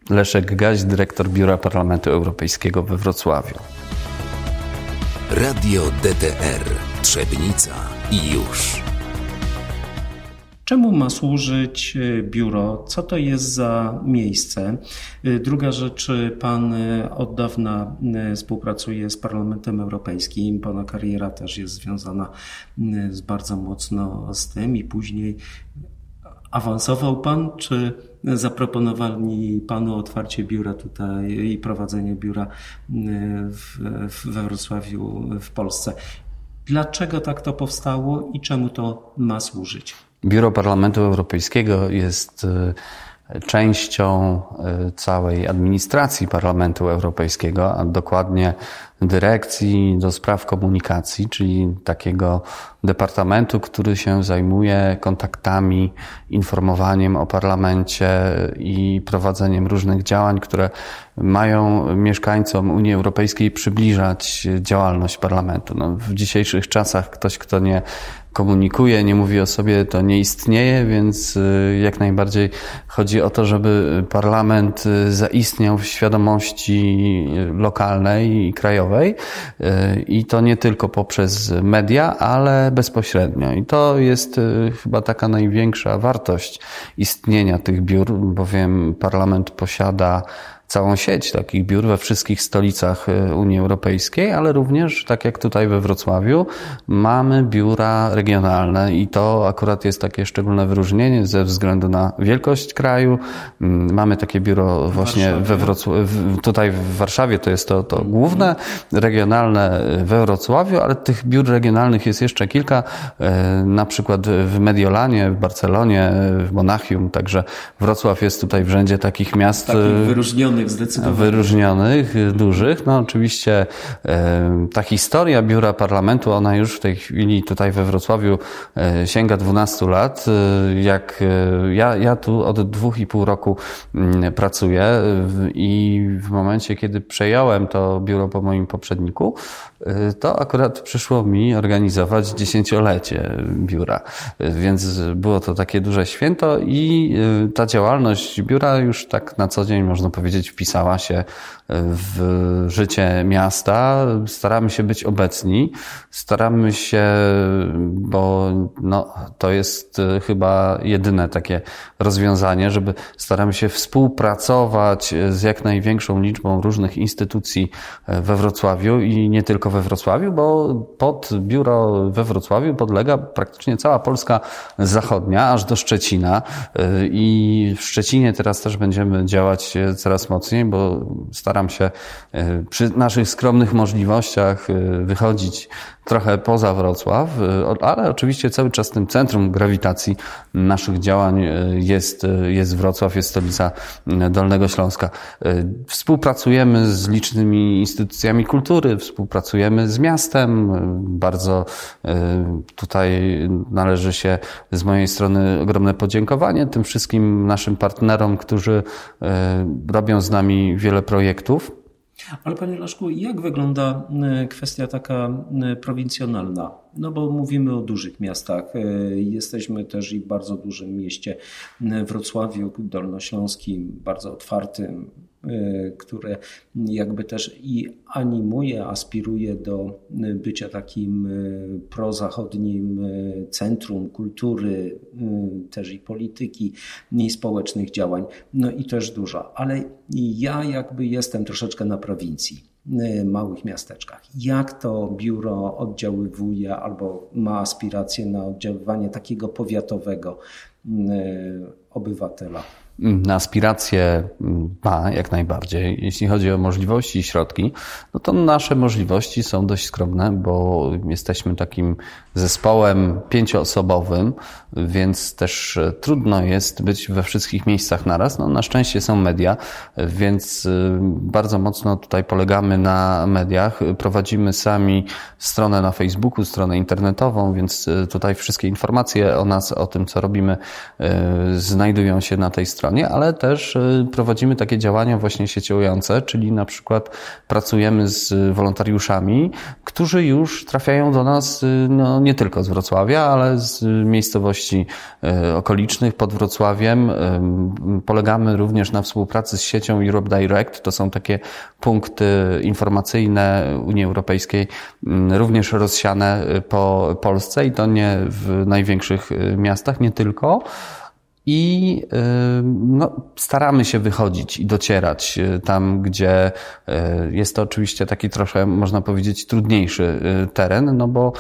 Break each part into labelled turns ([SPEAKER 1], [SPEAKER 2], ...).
[SPEAKER 1] Leszek Gaś, dyrektor Biura Parlamentu Europejskiego we Wrocławiu.
[SPEAKER 2] Radio DTR Trzebnica i już.
[SPEAKER 3] Czemu ma służyć biuro? Co to jest za miejsce? Druga rzecz, pan od dawna współpracuje z Parlamentem Europejskim. Pana kariera też jest związana bardzo mocno z tym i później awansował pan, czy zaproponowali panu otwarcie biura tutaj i prowadzenie biura we Wrocławiu w Polsce? Dlaczego tak to powstało i czemu to ma służyć?
[SPEAKER 1] Biuro Parlamentu Europejskiego jest częścią całej administracji Parlamentu Europejskiego, a dokładnie dyrekcji do spraw komunikacji, czyli takiego departamentu, który się zajmuje kontaktami, informowaniem o parlamencie i prowadzeniem różnych działań, które mają mieszkańcom Unii Europejskiej przybliżać działalność parlamentu. W dzisiejszych czasach ktoś, kto nie komunikuje, nie mówi o sobie, to nie istnieje, więc jak najbardziej chodzi o to, żeby parlament zaistniał w świadomości lokalnej i krajowej i to nie tylko poprzez media, ale bezpośrednio. I to jest chyba taka największa wartość istnienia tych biur, bowiem parlament posiada całą sieć takich biur we wszystkich stolicach Unii Europejskiej, ale również, tak jak tutaj we Wrocławiu, mamy biura regionalne i to akurat jest takie szczególne wyróżnienie ze względu na wielkość kraju. Mamy takie biuro właśnie we Wrocławiu, tutaj w Warszawie to jest to główne, regionalne we Wrocławiu, ale tych biur regionalnych jest jeszcze kilka, na przykład w Mediolanie, w Barcelonie, w Monachium, także Wrocław jest tutaj w rzędzie takich miast wyróżnionych, dużych. No oczywiście ta historia Biura Parlamentu, ona już w tej chwili tutaj we Wrocławiu sięga 12 lat. Jak ja tu od 2,5 roku pracuję i w momencie, kiedy przejąłem to biuro po moim poprzedniku, to akurat przyszło mi organizować 10-lecie biura. Więc było to takie duże święto i ta działalność biura już tak na co dzień, można powiedzieć, wpisała się w życie miasta. Staramy się być obecni. Staramy się, bo to jest chyba jedyne takie rozwiązanie, staramy się współpracować z jak największą liczbą różnych instytucji we Wrocławiu i nie tylko we Wrocławiu, bo pod biuro we Wrocławiu podlega praktycznie cała Polska zachodnia, aż do Szczecina i w Szczecinie teraz też będziemy działać coraz mocniej, bo staram się przy naszych skromnych możliwościach wychodzić trochę poza Wrocław, ale oczywiście cały czas tym centrum grawitacji naszych działań jest Wrocław, jest stolica Dolnego Śląska. Współpracujemy z licznymi instytucjami kultury, współpracujemy z miastem. Bardzo tutaj należy się z mojej strony ogromne podziękowanie tym wszystkim naszym partnerom, którzy robią z nami wiele projektów.
[SPEAKER 3] Ale panie Leszku, jak wygląda kwestia taka prowincjonalna? No bo mówimy o dużych miastach. Jesteśmy też i w bardzo dużym mieście Wrocławiu Dolnośląskim, bardzo otwartym, które jakby też i animuje, aspiruje do bycia takim prozachodnim centrum kultury, też i polityki, i społecznych działań, no i też dużo. Ale ja jakby jestem troszeczkę na prowincji, małych miasteczkach. Jak to biuro oddziaływuje albo ma aspiracje na oddziaływanie takiego powiatowego obywatela?
[SPEAKER 1] Aspiracje ma jak najbardziej. Jeśli chodzi o możliwości i środki, no to nasze możliwości są dość skromne, bo jesteśmy takim zespołem 5-osobowym, więc też trudno jest być we wszystkich miejscach naraz. No, na szczęście są media, więc bardzo mocno tutaj polegamy na mediach. Prowadzimy sami stronę na Facebooku, stronę internetową, więc tutaj wszystkie informacje o nas, o tym, co robimy, znajdują się na tej stronie. stronie, ale też prowadzimy takie działania właśnie sieciojące, czyli na przykład pracujemy z wolontariuszami, którzy już trafiają do nas no, nie tylko z Wrocławia, ale z miejscowości okolicznych pod Wrocławiem. Polegamy również na współpracy z siecią Europe Direct. To są takie punkty informacyjne Unii Europejskiej, również rozsiane po Polsce i to nie w największych miastach, nie tylko. I no, staramy się wychodzić i docierać tam, gdzie jest to oczywiście taki trochę, można powiedzieć, trudniejszy teren, no bo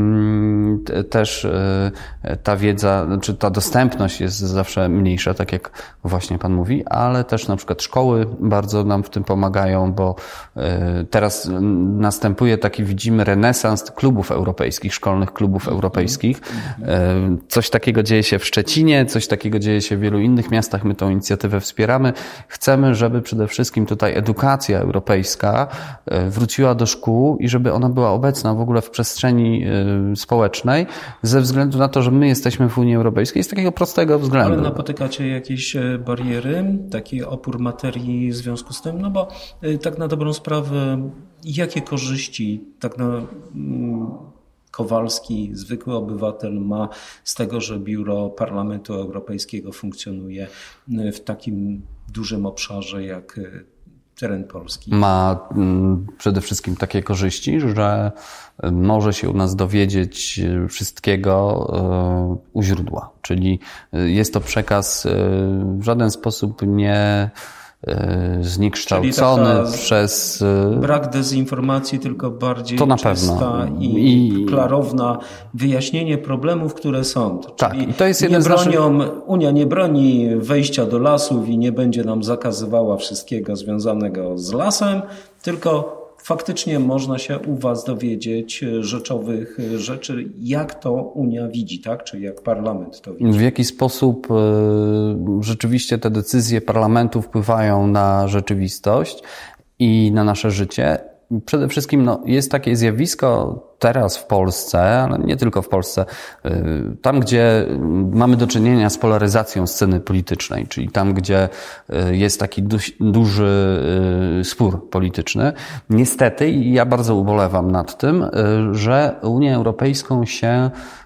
[SPEAKER 1] też ta wiedza, czy ta dostępność jest zawsze mniejsza, tak jak właśnie Pan mówi, ale też na przykład szkoły bardzo nam w tym pomagają, bo teraz następuje taki, widzimy, renesans klubów europejskich, szkolnych klubów europejskich. Coś takiego dzieje się w Szczecinie, coś takiego dzieje się w wielu innych miastach. My tą inicjatywę wspieramy. Chcemy, żeby przede wszystkim tutaj edukacja europejska wróciła do szkół i żeby ona była obecna w ogóle w przestrzeni społecznej ze względu na to, że my jesteśmy w Unii Europejskiej z takiego prostego względu.
[SPEAKER 3] Ale napotykacie jakieś bariery, taki opór materii w związku z tym? No bo tak na dobrą sprawę, jakie korzyści tak na Kowalski, zwykły obywatel, ma z tego, że biuro Parlamentu Europejskiego funkcjonuje w takim dużym obszarze jak teren Polski?
[SPEAKER 1] Ma przede wszystkim takie korzyści, że może się u nas dowiedzieć wszystkiego u źródła. Czyli jest to przekaz w żaden sposób nie zniekształcony przez...
[SPEAKER 3] Brak dezinformacji, tylko bardziej
[SPEAKER 1] to na
[SPEAKER 3] czysta
[SPEAKER 1] pewno.
[SPEAKER 3] I klarowna wyjaśnienie problemów, które są.
[SPEAKER 1] Tak,
[SPEAKER 3] czyli
[SPEAKER 1] i to jest jeden z naszych...
[SPEAKER 3] Unia nie broni wejścia do lasów i nie będzie nam zakazywała wszystkiego związanego z lasem, tylko faktycznie można się u Was dowiedzieć rzeczowych rzeczy, jak to Unia widzi, tak? Czy jak Parlament to widzi.
[SPEAKER 1] W jaki sposób rzeczywiście te decyzje Parlamentu wpływają na rzeczywistość i na nasze życie. Przede wszystkim jest takie zjawisko teraz w Polsce, ale nie tylko w Polsce, tam gdzie mamy do czynienia z polaryzacją sceny politycznej, czyli tam gdzie jest taki duży spór polityczny. Niestety, i ja bardzo ubolewam nad tym, że Unię Europejską się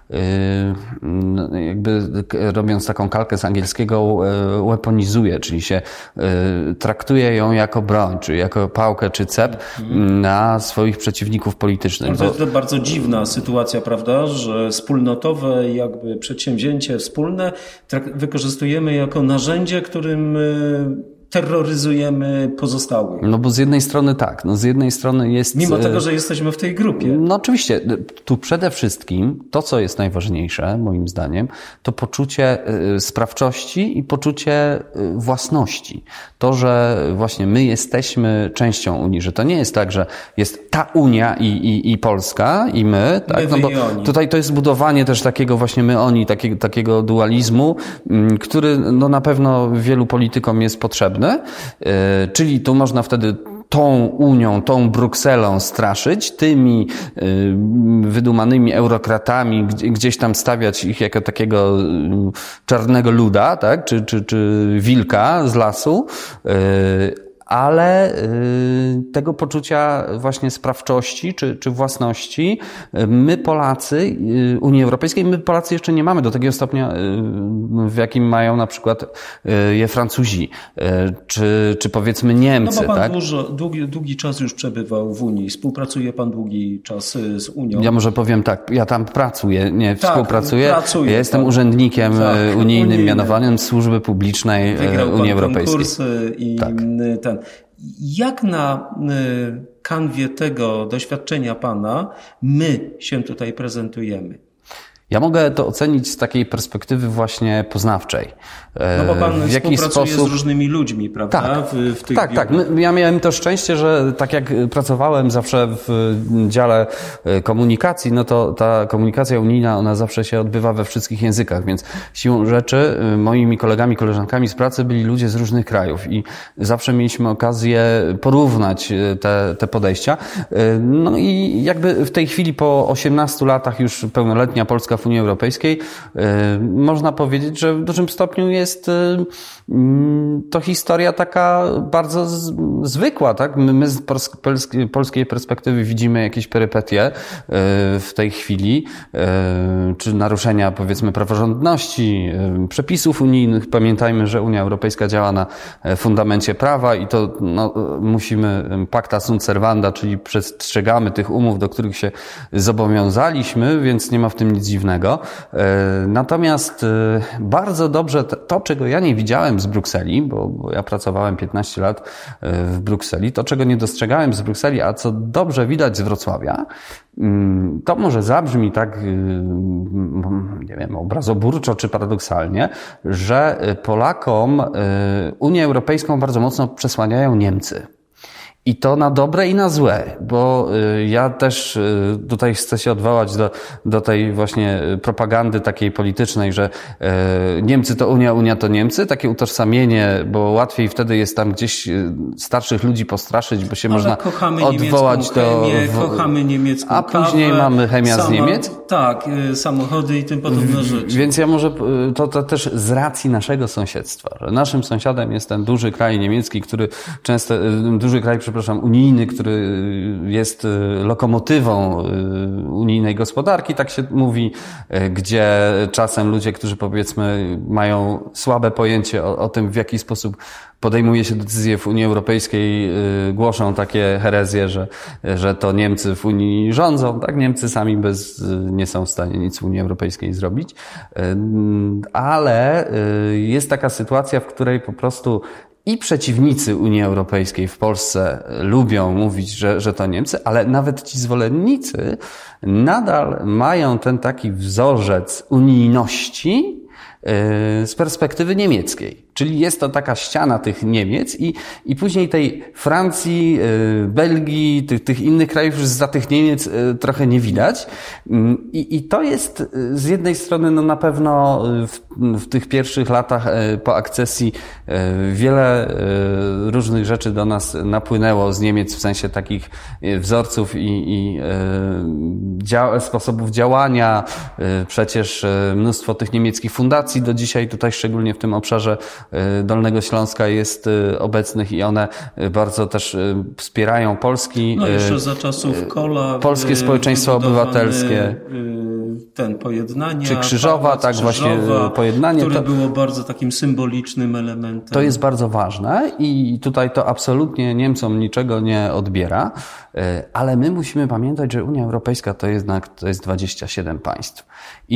[SPEAKER 1] jakby robiąc taką kalkę z angielskiego weaponizuje, czyli się traktuje ją jako broń, czyli jako pałkę czy cep na swoich przeciwników politycznych.
[SPEAKER 3] To bardzo dziwna sytuacja, prawda, że wspólnotowe jakby przedsięwzięcie wspólne wykorzystujemy jako narzędzie, którym terroryzujemy pozostałych.
[SPEAKER 1] No bo z jednej strony tak, z jednej strony jest...
[SPEAKER 3] Mimo tego, że jesteśmy w tej grupie.
[SPEAKER 1] No oczywiście, tu przede wszystkim to, co jest najważniejsze, moim zdaniem, to poczucie sprawczości i poczucie własności. To, że właśnie my jesteśmy częścią Unii, że to nie jest tak, że jest ta Unia i Polska i my, tak? No bo tutaj to jest budowanie też takiego właśnie my, oni, takiego dualizmu, który na pewno wielu politykom jest potrzebny. Czyli tu można wtedy tą Unią, tą Brukselą straszyć, tymi wydumanymi eurokratami, gdzieś tam stawiać ich jako takiego czarnego luda, tak? Czy wilka z lasu, ale tego poczucia właśnie sprawczości czy własności my Polacy, Unii Europejskiej, my Polacy jeszcze nie mamy do takiego stopnia, w jakim mają na przykład je Francuzi, czy powiedzmy Niemcy.
[SPEAKER 3] No bo pan
[SPEAKER 1] tak?
[SPEAKER 3] długi czas już przebywał w Unii. Współpracuje pan długi czas z Unią.
[SPEAKER 1] Ja może powiem tak, ja tam pracuję, nie współpracuję.
[SPEAKER 3] Pracuję,
[SPEAKER 1] ja jestem urzędnikiem unijnym mianowanym z służby publicznej Unii Europejskiej.
[SPEAKER 3] Konkursy i ten. Jak na kanwie tego doświadczenia pana my się tutaj prezentujemy?
[SPEAKER 1] Ja mogę to ocenić z takiej perspektywy właśnie poznawczej.
[SPEAKER 3] No bo pan współpracuje z różnymi ludźmi, prawda?
[SPEAKER 1] Tak,
[SPEAKER 3] w tych
[SPEAKER 1] tak. Ja miałem to szczęście, że tak jak pracowałem zawsze w dziale komunikacji, no to ta komunikacja unijna, ona zawsze się odbywa we wszystkich językach, więc siłą rzeczy moimi kolegami, koleżankami z pracy byli ludzie z różnych krajów i zawsze mieliśmy okazję porównać te podejścia. No i jakby w tej chwili po 18 latach już pełnoletnia polska Polska w Unii Europejskiej, można powiedzieć, że w dużym stopniu jest to historia taka bardzo zwykła, tak? My z polskiej perspektywy widzimy jakieś perypetie w tej chwili, czy naruszenia, powiedzmy, praworządności, przepisów unijnych. Pamiętajmy, że Unia Europejska działa na fundamencie prawa i to musimy pacta sunt servanda, czyli przestrzegamy tych umów, do których się zobowiązaliśmy, więc nie ma w tym nic dziwnego. Natomiast bardzo dobrze to, czego ja nie widziałem z Brukseli, bo ja pracowałem 15 lat w Brukseli, to, czego nie dostrzegałem z Brukseli, a co dobrze widać z Wrocławia, to może zabrzmi tak, nie wiem, obrazoburczo czy paradoksalnie, że Polakom Unię Europejską bardzo mocno przesłaniają Niemcy. I to na dobre i na złe, bo ja też tutaj chcę się odwołać do tej właśnie propagandy takiej politycznej, że Niemcy to Unia, Unia to Niemcy, takie utożsamienie, bo łatwiej wtedy jest tam gdzieś starszych ludzi postraszyć, bo się można odwołać do...
[SPEAKER 3] Kochamy niemiecką
[SPEAKER 1] a później
[SPEAKER 3] kawę,
[SPEAKER 1] mamy chemia z Niemiec.
[SPEAKER 3] Tak, samochody i tym podobne rzeczy.
[SPEAKER 1] Więc ja może, to też z racji naszego sąsiedztwa, że naszym sąsiadem jest ten duży kraj niemiecki, który często, unijny, który jest lokomotywą unijnej gospodarki, tak się mówi, gdzie czasem ludzie, którzy powiedzmy mają słabe pojęcie o tym, w jaki sposób podejmuje się decyzje w Unii Europejskiej, głoszą takie herezje, że to Niemcy w Unii rządzą, tak? Niemcy sami nie są w stanie nic w Unii Europejskiej zrobić, ale jest taka sytuacja, w której po prostu i przeciwnicy Unii Europejskiej w Polsce lubią mówić, że to Niemcy, ale nawet ci zwolennicy nadal mają ten taki wzorzec unijności z perspektywy niemieckiej. Czyli jest to taka ściana tych Niemiec i później tej Francji, Belgii, tych innych krajów już za tych Niemiec trochę nie widać. I to jest z jednej strony na pewno w tych pierwszych latach po akcesji wiele różnych rzeczy do nas napłynęło z Niemiec w sensie takich wzorców i sposobów działania. Przecież mnóstwo tych niemieckich fundacji do dzisiaj, tutaj szczególnie w tym obszarze Dolnego Śląska jest obecnych i one bardzo też wspierają Polski.
[SPEAKER 3] No jeszcze za czasów Kohla.
[SPEAKER 1] Polskie społeczeństwo obywatelskie.
[SPEAKER 3] Ten Pojednania.
[SPEAKER 1] Czy Krzyżowa, tak właśnie Pojednanie.
[SPEAKER 3] Które było bardzo takim symbolicznym elementem.
[SPEAKER 1] To jest bardzo ważne i tutaj to absolutnie Niemcom niczego nie odbiera, ale my musimy pamiętać, że Unia Europejska to jest 27 państw.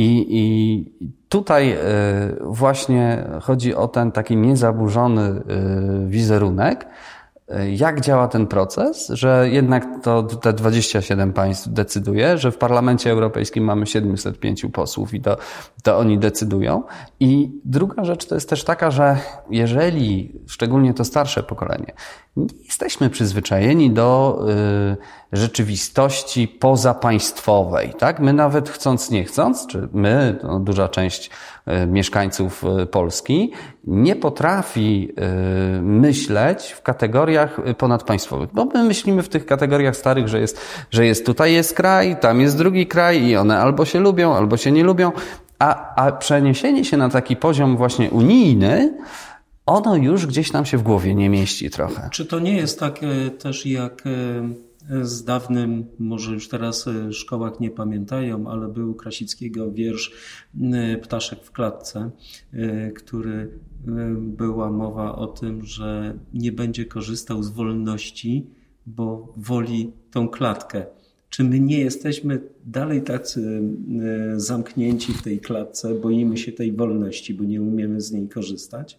[SPEAKER 1] I tutaj właśnie chodzi o ten taki niezaburzony wizerunek, jak działa ten proces, że jednak to te 27 państw decyduje, że w Parlamencie Europejskim mamy 705 posłów i to oni decydują. I druga rzecz to jest też taka, że jeżeli, szczególnie to starsze pokolenie, nie jesteśmy przyzwyczajeni do rzeczywistości pozapaństwowej, tak? My nawet chcąc nie chcąc, czy my, duża część mieszkańców Polski, nie potrafi myśleć w kategoriach ponadpaństwowych, bo my myślimy w tych kategoriach starych, że jest tutaj jest kraj, tam jest drugi kraj i one albo się lubią, albo się nie lubią, a przeniesienie się na taki poziom właśnie unijny, ono już gdzieś nam się w głowie nie mieści trochę.
[SPEAKER 3] Czy to nie jest tak też jak z dawnym, może już teraz w szkołach nie pamiętają, ale był Krasickiego wiersz Ptaszek w klatce, który była mowa o tym, że nie będzie korzystał z wolności, bo woli tą klatkę. Czy my nie jesteśmy dalej tacy zamknięci w tej klatce, boimy się tej wolności, bo nie umiemy z niej korzystać?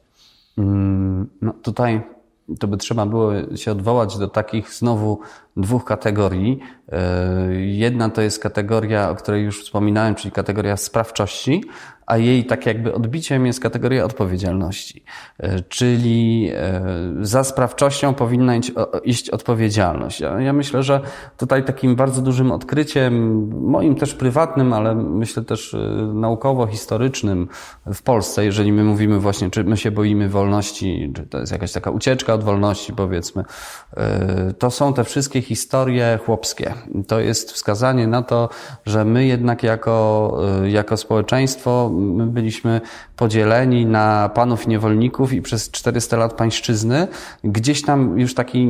[SPEAKER 1] No tutaj to by trzeba było się odwołać do takich znowu dwóch kategorii. Jedna to jest kategoria, o której już wspominałem, czyli kategoria sprawczości, a jej tak jakby odbiciem jest kategoria odpowiedzialności. Czyli za sprawczością powinna iść odpowiedzialność. Ja myślę, że tutaj takim bardzo dużym odkryciem, moim też prywatnym, ale myślę też naukowo-historycznym w Polsce, jeżeli my mówimy właśnie, czy my się boimy wolności, czy to jest jakaś taka ucieczka od wolności, powiedzmy, to są te wszystkie wszystkie historie chłopskie. To jest wskazanie na to, że my jednak jako społeczeństwo my byliśmy podzieleni na panów i niewolników i przez 400 lat pańszczyzny gdzieś tam już taki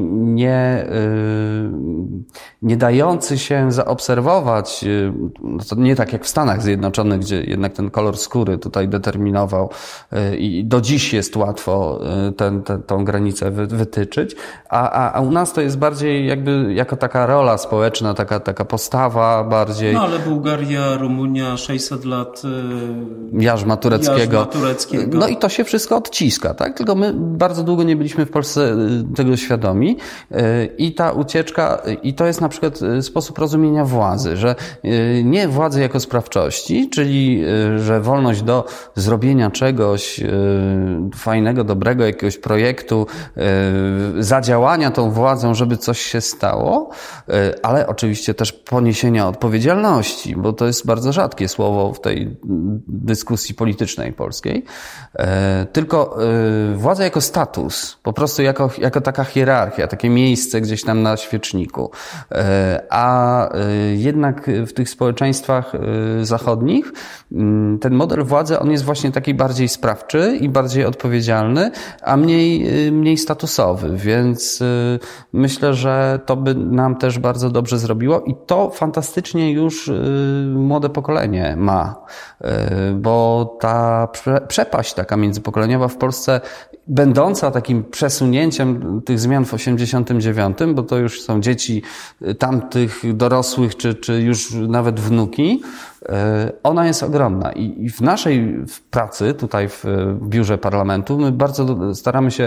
[SPEAKER 1] nie dający się zaobserwować, to nie tak jak w Stanach Zjednoczonych, gdzie jednak ten kolor skóry tutaj determinował i do dziś jest łatwo tą granicę wytyczyć, a u nas to jest bardziej jakby jako taka rola społeczna, taka postawa bardziej.
[SPEAKER 3] No ale Bułgaria, Rumunia, 600 lat
[SPEAKER 1] jarzma tureckiego.
[SPEAKER 3] No
[SPEAKER 1] i to się wszystko odciska, tak? Tylko my bardzo długo nie byliśmy w Polsce tego świadomi i ta ucieczka, i to jest na przykład sposób rozumienia władzy, że nie władzy jako sprawczości, czyli że wolność do zrobienia czegoś fajnego, dobrego, jakiegoś projektu, zadziałania tą władzą, żeby coś się stało, ale oczywiście też poniesienia odpowiedzialności, bo to jest bardzo rzadkie słowo w tej dyskusji politycznej polskiej. Tylko władza jako status, po prostu jako taka hierarchia, takie miejsce gdzieś tam na świeczniku. A jednak w tych społeczeństwach zachodnich ten model władzy, on jest właśnie taki bardziej sprawczy i bardziej odpowiedzialny, a mniej statusowy, więc myślę, że to by nam też bardzo dobrze zrobiło i to fantastycznie już młode pokolenie ma, bo ta przepaść taka międzypokoleniowa w Polsce, będąca takim przesunięciem tych zmian w 89, bo to już są dzieci tamtych dorosłych, czy już nawet wnuki, ona jest ogromna i w naszej pracy tutaj w biurze parlamentu my bardzo staramy się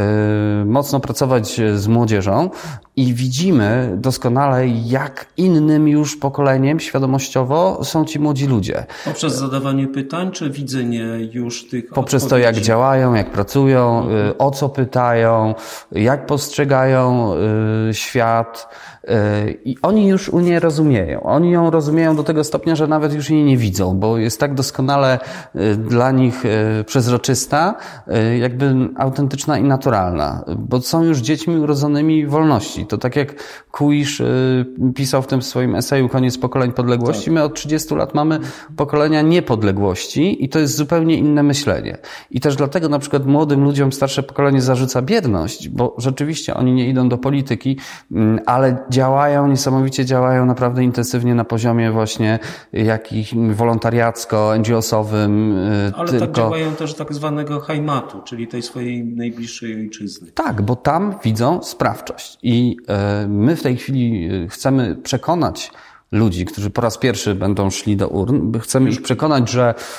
[SPEAKER 1] mocno pracować z młodzieżą i widzimy doskonale, jak innym już pokoleniem świadomościowo są ci młodzi ludzie.
[SPEAKER 3] Poprzez zadawanie pytań, czy widzenie już tych
[SPEAKER 1] poprzez
[SPEAKER 3] odpowiedzi?
[SPEAKER 1] To, jak działają, jak pracują, o co pytają, jak postrzegają świat. I oni już Unię rozumieją. Oni ją rozumieją do tego stopnia, że nawet już jej nie widzą, bo jest tak doskonale dla nich przezroczysta, jakby autentyczna i naturalna, bo są już dziećmi urodzonymi w wolności. To tak jak Kuisz pisał w tym swoim eseju Koniec pokoleń podległości, tak. My od 30 lat mamy pokolenia niepodległości i to jest zupełnie inne myślenie. I też dlatego na przykład młodym ludziom starsze pokolenie zarzuca bierność, bo rzeczywiście oni nie idą do polityki, ale niesamowicie działają naprawdę intensywnie na poziomie właśnie jakim wolontariacko, NGO-sowym.
[SPEAKER 3] Ale tak działają też tak zwanego Heimatu, czyli tej swojej najbliższej ojczyzny.
[SPEAKER 1] Tak, bo tam widzą sprawczość i my w tej chwili chcemy przekonać ludzi, którzy po raz pierwszy będą szli do urn, chcemy ich przekonać,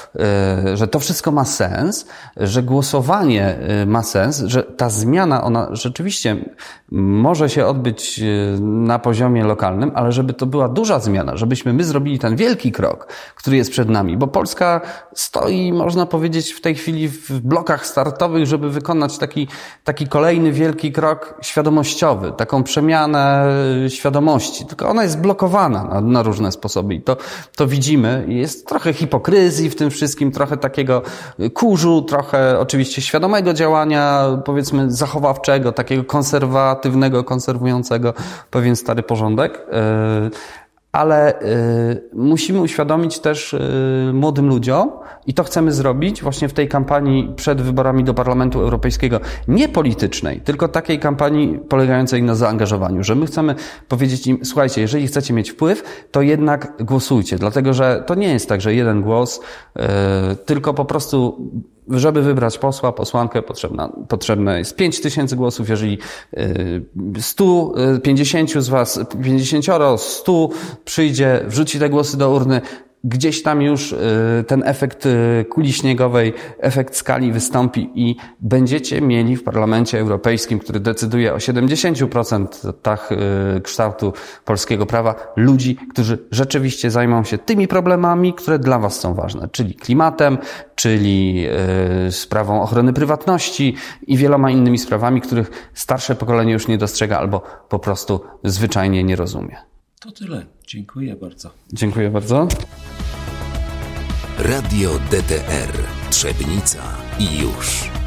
[SPEAKER 1] że to wszystko ma sens, że głosowanie ma sens, że ta zmiana, ona rzeczywiście może się odbyć na poziomie lokalnym, ale żeby to była duża zmiana, żebyśmy my zrobili ten wielki krok, który jest przed nami, bo Polska stoi, można powiedzieć, w tej chwili w blokach startowych, żeby wykonać taki kolejny wielki krok świadomościowy, taką przemianę świadomości, tylko ona jest blokowana na różne sposoby i to widzimy. Jest trochę hipokryzji w tym wszystkim, trochę takiego kurzu, trochę oczywiście świadomego działania, powiedzmy zachowawczego, takiego konserwatywnego, konserwującego pewien stary porządek. Ale musimy uświadomić też młodym ludziom i to chcemy zrobić właśnie w tej kampanii przed wyborami do Parlamentu Europejskiego, nie politycznej, tylko takiej kampanii polegającej na zaangażowaniu, że my chcemy powiedzieć im, słuchajcie, jeżeli chcecie mieć wpływ, to jednak głosujcie, dlatego że to nie jest tak, że jeden głos, tylko po prostu żeby wybrać posła, posłankę potrzebne jest 5000 głosów. Jeżeli 150 z was, 50, 100 przyjdzie, wrzuci te głosy do urny, gdzieś tam już ten efekt kuli śniegowej, efekt skali wystąpi i będziecie mieli w Parlamencie Europejskim, który decyduje o 70% kształtu polskiego prawa, ludzi, którzy rzeczywiście zajmą się tymi problemami, które dla was są ważne, czyli klimatem, czyli sprawą ochrony prywatności i wieloma innymi sprawami, których starsze pokolenie już nie dostrzega albo po prostu zwyczajnie nie rozumie.
[SPEAKER 3] To tyle. Dziękuję bardzo.
[SPEAKER 1] Dziękuję bardzo.
[SPEAKER 2] Radio DTR Trzebnica i już.